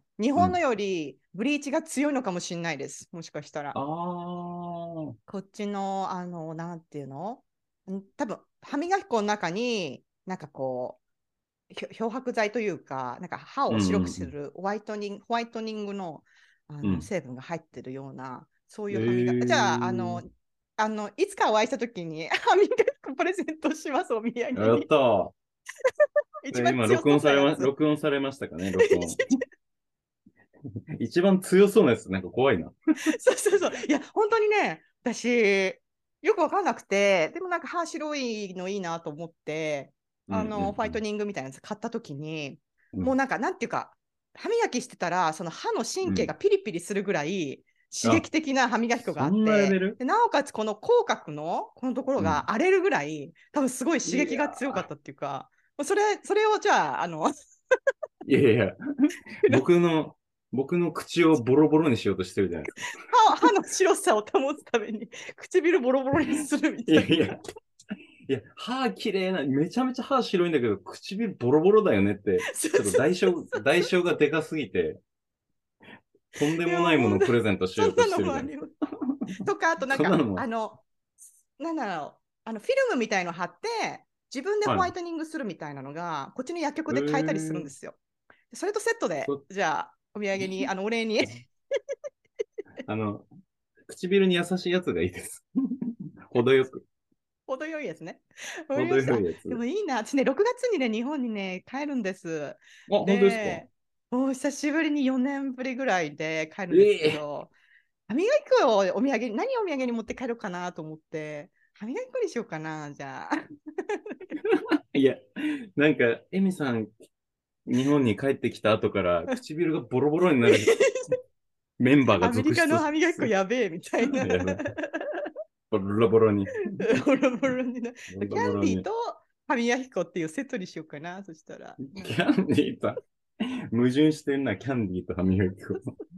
日うん。 本のよりブリーチが強いのかもしれないです。もしかしたら。 あー。 こっちの、あの、なんていうのん多分、歯磨き粉の中に、なんかこう、ひょ漂白剤というか、なんか歯うんうを白くすんるホワイトニング、ホワイトニングの、あうん。うのん。 成分が入ってるような、そういうえ歯磨き。じゃあ、あー。 の、あのいつかお会いしたときに歯磨き粉プレゼントします、お土産やっに。 たー。 一え今、 番強そう録音されま、 なやつ。 録音されましたかね、録音。一番強そうなやつ、なんか怖いな。 そうそうそう。いや、本当にね、私、よくわかんなくて、でもなんか歯白いのいいなと思って、 うんあの、ホワイトうんニングみたいなやつ買ったときに、 うん。 もうなんか、なんていうか、歯磨きしてたら、その歯のうん。 神経がピリピリするぐらい刺あ、 激的な歯磨き粉があそんなレベって、 ル。 でなおかつこの口角のこのところうん。 が荒れるぐらい、多分すごい刺激いやが強かったっていうか、もうそれ、それをじゃあ、あの、 ー、いやいや、僕の、僕の口をボロボロにしようとしてるじゃないですか。 歯歯の白さを保つために唇ボロボロにするみたいな。 いやいや、いや、歯綺麗な、めちゃめちゃ歯白いんだけど、唇ボロボロだよねって、 そうちょっと代そう償、代償がでかすぎて、とんでいや、 もないものもう、 をプレゼントしようとしてそんなのるじゃないですか。 もあります。とか、あとなんか、 そんなのも、 あの、なんだろう、あのフィルムみたいの貼って、自分ではい。 ホワイトニングするみたいなのが、こっちの薬え局で買えたりするんー、 ですよ。それとセットで、 そ、 じゃあ、お土産に、あの、お礼にあの、唇に優しいやつがいいです。程よく、 程よいですね。わかり程ました。あ、 よいやつ。 でもいいな。私ね、ろくがつにね、日本にね、帰るんです。 あ、本当ですか？ で、もう久しぶりによねんぶりぐらいで帰るんですけええど、歯磨き粉をお土産に、何をお土産に持って帰ろうかなと思って、歯磨き粉にしようかな、じゃあ。 いや、なんか、エミさん、日本に帰ってきた後から唇がボロボロになるメンバーがアメリカの続出歯磨き粉す。 やべえみたいな。 やばい。ボロボロに。 ボロボロにな。キボャロボロに。 ンディーと歯磨き粉っていうセットにしようかな、そしたら。なんか。 キャンディーと、矛盾してんな、キャンディーと歯磨き粉。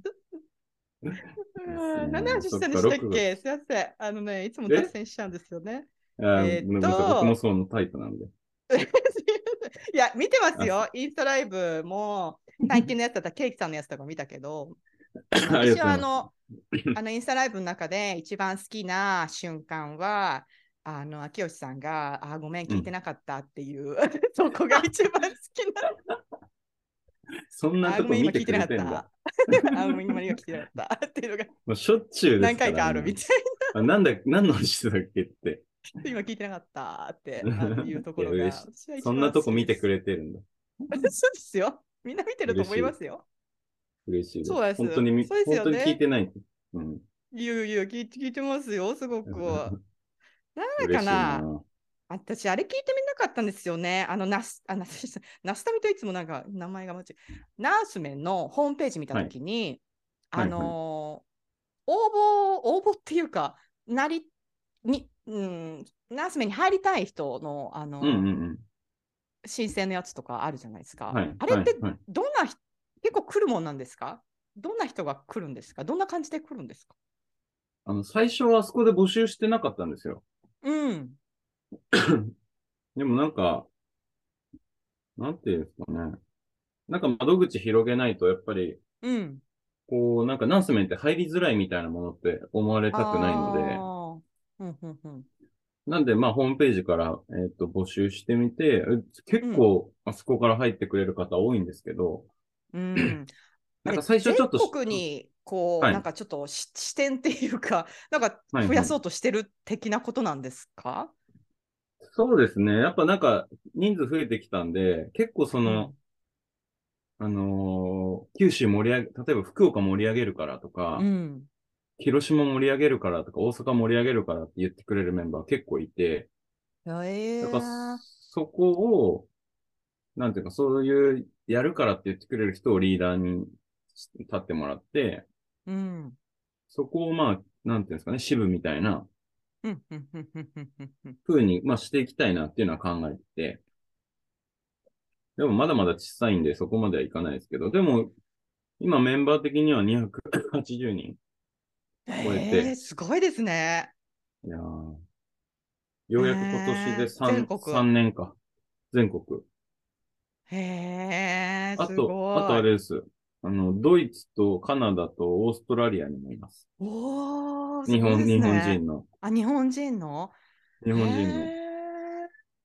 です何のね。そっか、 話したんでしたっろくがつ。 け？すいません。あのね、いつも脱え線しちゃうんですよね。 あ、ごえーっめんなさい。僕もと、 そのタイプなんで。 いや、見てますあ、すよ。インスタライブも、最近のやつだったらケーキさんのやつとか見たけど、 ありがとうご私はざいます。 あの、あのインスタライブの中で一番好きな瞬間は、あの、秋吉さんが、あ、ごめん、 うん。 聞いてなかったっていう、そこが一番好きな。 そんなあ、ごめん、今とこ見て聞いてなかっくれてんだ。 た。あ、ごめん、今聞いてなかったっていうのがもうしょっちゅうで何すから、 回かあるみもう。 たいあ、なんだ、何の話してたっけって。 な。今聞いてなかったってあのいうといや、 ころが、 嬉しい。 私は一番好そんなとこきです。 見てくれてるんだ。 そうですよ。みんな見てると思嬉しい。 いますよ。 嬉しいです。 そうです。 本当にみ、 そうです本当に聞いよね。 てない。うん。 いやいや、聞いて聞いてますよ、すごく。なんか嬉しいな、 な。 私、あれ聞いてみなかったんですよね。あの、ナス、あ、ナス、ナスタミといつもなんか名前が間違え。ナースメンのホームページ見たとはい。 きに、あはいはい。 のー応募、応募っていうか、なり、に、うん、ナースメンに入りたい人の、あうんのうんー申請のやつとかあるじゃないですうん。 か。 はいあれって、 はいはい。 どんな人、結構来るもんなんですか？どんな人が来るんですか？どんな感じで来るんですか？ あの、最初はあそこで募集してなかったんですよ。 うん、 でもなんか、なんていうんですかね。なんか窓口広げないと、やっぱり、 うん。 こう、なんかナンスメンって入りづらいみたいなものって思われたくないので、 ああ、うん、うん、うん。 なんで、まあ、ホームページから、えっと、募集してみて、え結うん、 構、あそこから入ってくれる方多いんですけど、 うん。あれ、 なんか最初全ちょっとし、 国に、こう、 はい、 なんかちょっとし視点っていうか、なんかはい、はい。 増やそうとしてる的なことなんですか？ そうですね。やっぱなんか、人数増えてきたんで、結構その、 うん、 あのー九州盛り上げ、例えば福岡盛り上げるからとか、 うん、 広島盛り上げるからとか、大阪盛り上げるからって言ってくれるメンバー結構いて、 えだからー、 そこを、なんていうか、そういう、やるからって言ってくれる人をリーダーに立ってもらって、 うん。 そこをまあ、なんていうんですかね、支部みたいなうんうんうんうんうんうんうん風に、まあしていきたいなっていうのは考えてて、でもまだまだ小さいんでそこまではいかないですけど、でも今メンバー的にはにひゃくはちじゅうにん超ええー、 て、 すごいですね。 いやーようやく今年でえー、全 3、 国。 三年か。全国。 へえ、すあと、あとごい。 あれです。あの、ドイツとカナダとオーストラリアにもいます。 おー、す日本、 ごいです日本ね。 人の。 あ、日本人の日へ本人の。 え。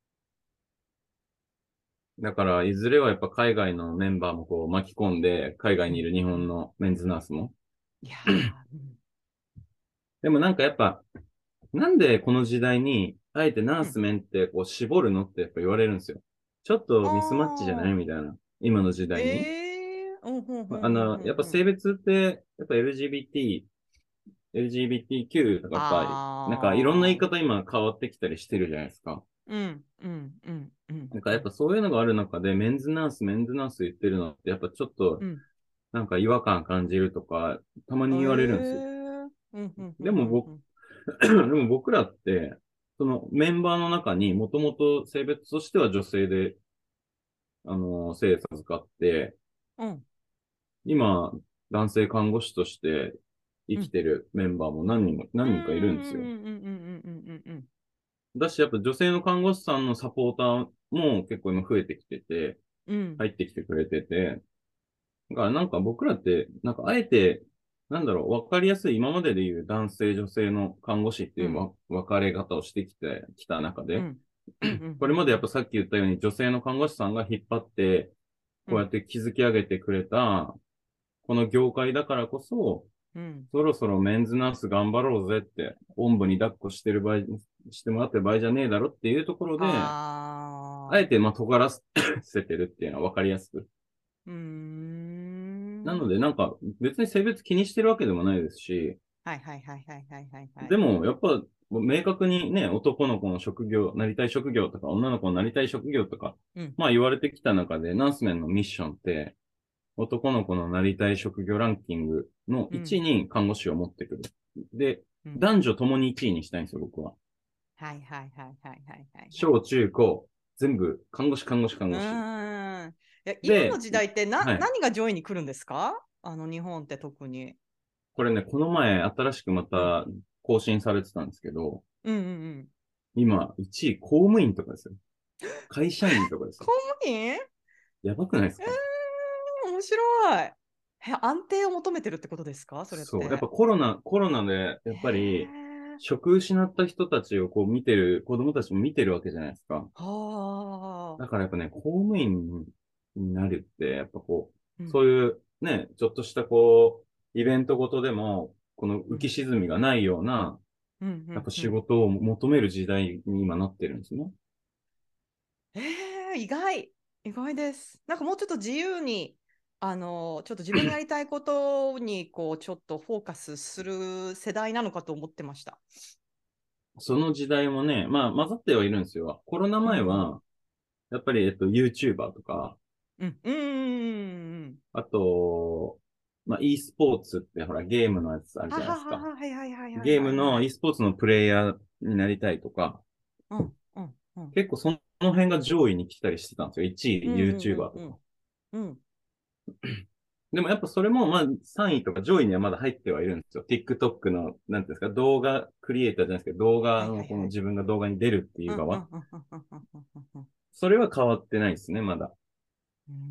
だから、いずれはやっぱ海外のメンバーもこう巻き込んで、海外うんにいる日うん本のメンズナースも。 いやー、うんでもなんかやっぱ、なんでこの時代に、あえてナーうんスメンってこう絞るのってやっぱ言われるんですよ。ちょっとミスマッチじゃないあみたいな。今の時ー、 代に。 ええ、うんうんうんうんあの、やっぱうんうん。 性別って、やっぱ エルジービーティー、エルジービーティーキュー とかやっぱ、なんかいろんな言いあー、 方今変わってきたりしてるじゃないですか。 うんうんうんうんなんかうんやっぱそういうのがある中で、メンズナース、メンズナース言ってるのって、やっぱちょっと、 うんなんか違和感感じるとか、たまに言われるんですよ。 ええ、うんうんうんでも僕、 うんうんでも僕らって、そのメンバーの中にもともと性別としては女性で、あの、性授かって、 うん今、男性看護師として生うんきてるメンバーも何人も、 うんう何人かいるんですよ。 んうんうんうんうんうんだし、やっぱ女性の看護師さんのサポーターも結構今増えてきてて、 うんうん入ってきてくれてて、だからなんか僕らって、なんかあえて、なんだろう、わかりやすい今までで言う男性、女性の看護師っていうわ分かれ方をしてきて、きた中で、 うんうんうんこれまでやっぱさっき言ったように女性の看護師さんが引っ張って、こうやって築き上げてくれた、この業界だからこそ、 うんそろそろメンズナース頑張ろうぜって、おんぶに抱っこしてる場合、してもらってる場合じゃねえだろっていうところで、あえああて、まあ、尖らせてるっていうのは分かりやすく。 うーんなので、なんか、別に性別気にしてるわけでもないですし、 はいはいはいはいはいはいはいでも、やっぱ、明確にね、男の子の職業、なりたい職業とか、女の子のなりたい職業とか、 うんまあ言われてきた中で、ナースメンのミッションって、男の子のなりたい職業ランキングのうんいちいに看護師を持ってくる。で、 うん男女ともにいちいにしたいんですよ、僕は。 はいはいはいはいはいはい小中高、全部、看護師、看護師、看う護師。 ーんいや今ので、 時代ってな、 はい。 何が上位に来るんですか？あの日本って特に。 これね、この前、新しくまうんた更新されてたんですけど、 うんうんうん今、いちい公務員とかですよ。会社員とかですよ。 公務員やばくないですえか？ ー、面白い。え、安定を求めてるってことですかそれっそう。やって。 ぱコロナ、コロナで、やっぱり、 へえ。 職失った人たちをこう見てる、子供たちも見てるわけじゃないですか。 はあ。 だからやっぱね、公務員になるって、やっぱこう、 うんそういうね、ちょっとしたこう、イベントごとでも、この浮き沈みがないような、 うんうやっぱ仕んうん。 事を求める時代に今なってるんですね。 えー、意外。意外です。なんかもうちょっと自由に、あの、ちょっと自分のやりたいことに、こう、ちょっとフォーカスする世代なのかと思ってました。 その時代もね、まあ混ざってはいるんですよ。コロナ前うんは、やっぱり、えっと、YouTuber とか、 うん。うん。うん。 あと、まあ e スポーツってほらゲームのやつあるはじゃないですか。 ははは、はいはいはいはいゲームのはいはい。 e スポーツのプレイヤーになりたいとか、 うんうんうん。 結構その辺が上位に来たりしてたんですよ。いちいうんうん YouTuber とか。 うんうん。うん。 でもやっぱそれもまあさんいとか上位にはまだ入ってはいるんですよ。TikTok の、なんていうんですか、動画クリエイターじゃないですけど、動画のこのはいはいはい。 自分が動画に出るっていうんうんう側。 うんうんうんうんうんうん。 それは変わってないですね、まだ。 うー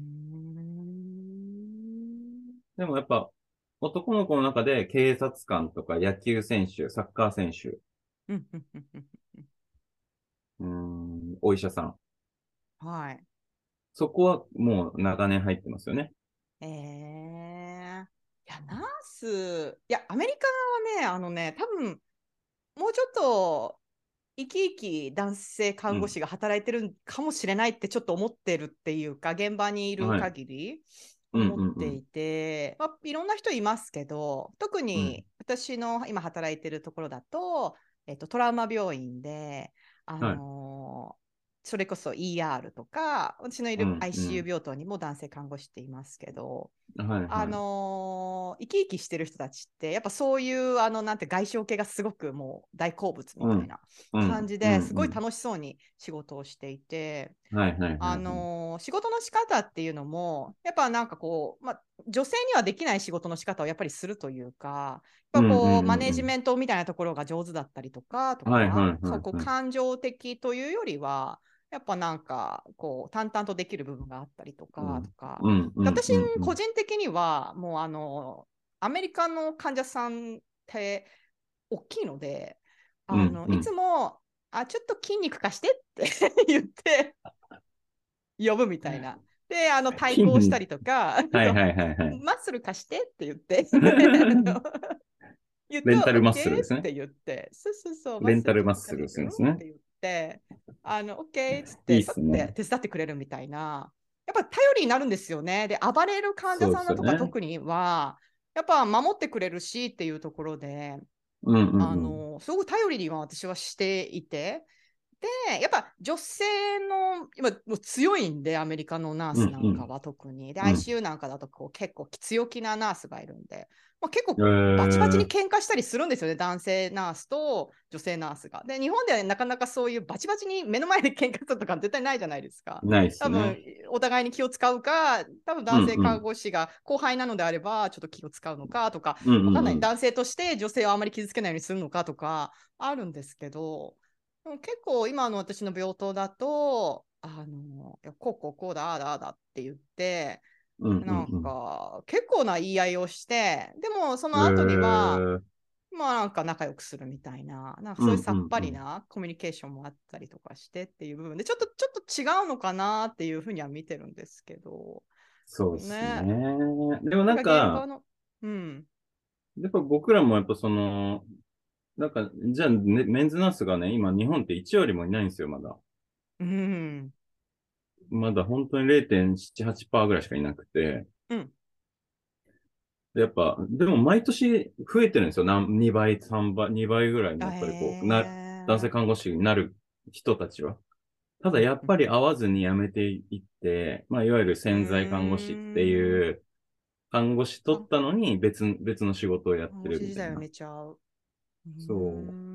んでもやっぱ男の子の中で警察官とか野球選手、サッカー選手、 うんうんうんうんうーん、お医者さん。 はい。 そこはもう長年入ってますよね。 えー、いや、ナース、いや、アメリカはね、あのね、多分もうちょっと生き生き男性看護うん。 師が働いてるかもしれないってちょっと思ってるっていうか、現場にいるはい。 限りうん思っうんうん。 ていて、まあ、いろんな人いますけど、特うん。 に私の今働いてるところだと、えっと、トラウマ病院で、あのーはいそれこそ イーアール とか、私のいる アイシーユー 病棟にも男性看護師っていますけど、うんうん、あのー、生き生きしてる人たちって、やっぱそういう、あの、なんて外傷系がすごくもう大好物みたいな感じで、すごい楽しそうに仕事をしていて、あのー、仕事の仕方っていうのも、やっぱなんかこう、まあ、女性にはできない仕事の仕方をやっぱりするというか、やっぱこう、マネジメントみたいなところが上手だったりとか、とか、そうこう感情的というよりは、やっぱなんかこう淡々とできる部分があったりとか、とか、私個人的にはもうあのアメリカの患者さんって大きいので、あの、うんうん、いつもあちょっと筋肉貸してって言って呼ぶみたいな。で、あの対抗したりとか、はいはいはいはい、マッスル貸してって言って言ってレンタルマッスルですね。 って言って、そうそうそう、 レンタルマッスルですね。 って言って、あの、オッケーっつって、いいっすね、手伝ってくれるみたいな。やっぱ頼りになるんですよね。で、暴れる患者さんとか特には、やっぱ守ってくれるしっていうところで、うんうんうん、あの、すごく頼りには私はしていて、で、やっぱ女性の今もう強いんで、アメリカのナースなんかは特に。うんうん、で、アイシーユー なんかだとこう結構強気なナースがいるんで、まあ、結構バチバチに喧嘩したりするんですよね、えー、男性ナースと女性ナースが。で、日本ではなかなかそういうバチバチに目の前で喧嘩するとか絶対ないじゃないですか。 ないですね。 多分お互いに気を使うか、多分男性看護師が後輩なのであればちょっと気を使うのかとか、うんうんうん、わかんない。男性として女性をあまり傷つけないようにするのかとかあるんですけど、結構今の私の病棟だと、あのこうこうこうだああだあだって言って、うんうんうん、なんか結構な言い合いをして、でもその後には、えー、まあなんか仲良くするみたいな、なんかそういうさっぱりなコミュニケーションもあったりとかしてっていう部分で、ちょっとちょっと違うのかなっていうふうには見てるんですけど。 そうですね。ね、でもなんか、 うん、 やっぱ僕らもやっぱその、なんか、じゃあ、ね、メンズナースがね、今日本っていち割もいないんですよ、まだ。 うん。 まだ本当に れいてんななはちパーセント ぐらいしかいなくて。 うん。 でやっぱ、でも毎年増えてるんですよ。にばい、さんばい、にばいぐらいの、やっぱりこう、な、男性看護師になる人たちは。ただやっぱり会わずに辞めていって、まあ、いわゆる潜在看護師っていう、看護師取ったのに別、別の仕事をやってるみたいな。 めちゃう。 そう。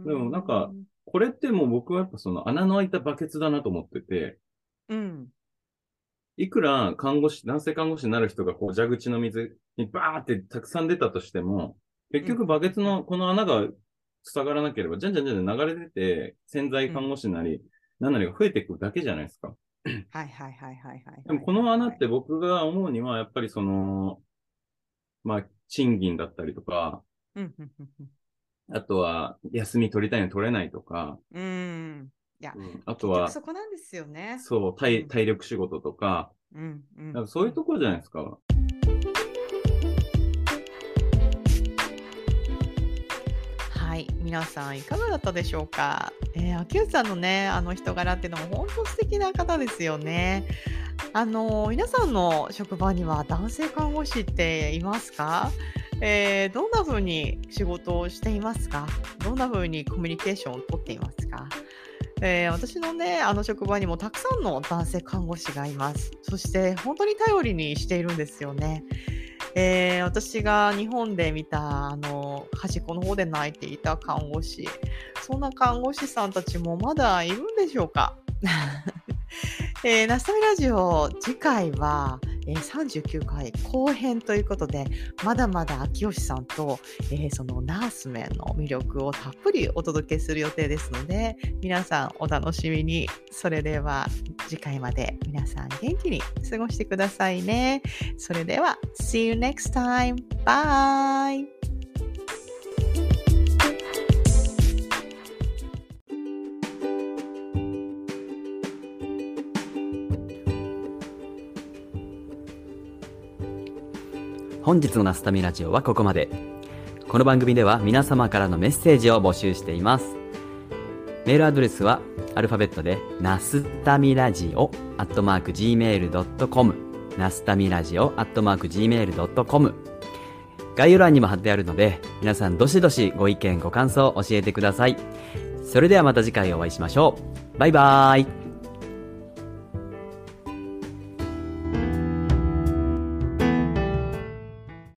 でもなんか、これってもう僕はやっぱその穴の開いたバケツだなと思ってて、 うん。 いくら看護師、男性看護師になる人がこう蛇口の水にバーってたくさん出たとしても、結局バケツのこの穴が塞がらなければ、じゃんじゃんじゃん流れ出て、潜在看護師なり、うん、何なりが増えていくだけじゃないですか。 はいはいはいはいはい。 でもこの穴って僕が思うには、やっぱりその、まあ、賃金だったりとか、 うんあとは、休み取りたいの取れないとか。 うん。いや、うん、 あとは、 結局そこなんですよね。 そう、体、体力仕事とか。 うんうん、 なんかそういうところじゃないですか。 はい、皆さんいかがだったでしょうか。えー、秋内さんのね、あの人柄っていうのも本当素敵な方ですよね。あの、皆さんの職場には男性看護師っていますか？えー、どんな風に仕事をしていますか？どんな風にコミュニケーションをとっていますか？えー、私のね、あの職場にもたくさんの男性看護師がいます。そして本当に頼りにしているんですよね。えー、私が日本で見たあの端っこの方で泣いていた看護師、そんな看護師さんたちもまだいるんでしょうか？えー、ナスタミラジオ次回は、えー、さんじゅうきゅうかい後編ということで、まだまだ秋吉さんと、えー、そのナースメンの魅力をたっぷりお届けする予定ですので、皆さんお楽しみに。それでは次回まで皆さん元気に過ごしてくださいね。それでは See you next time. Bye! 本日のナスタミラジオはここまで。この番組では皆様からのメッセージを募集しています。メールアドレスはアルファベットでナスタミラジオアットマーク ジーメールドットコム ナスタミラジオアットマーク ジーメールドットコム。 概要欄にも貼ってあるので、皆さんどしどしご意見ご感想教えてください。それではまた次回お会いしましょう。バイバーイ。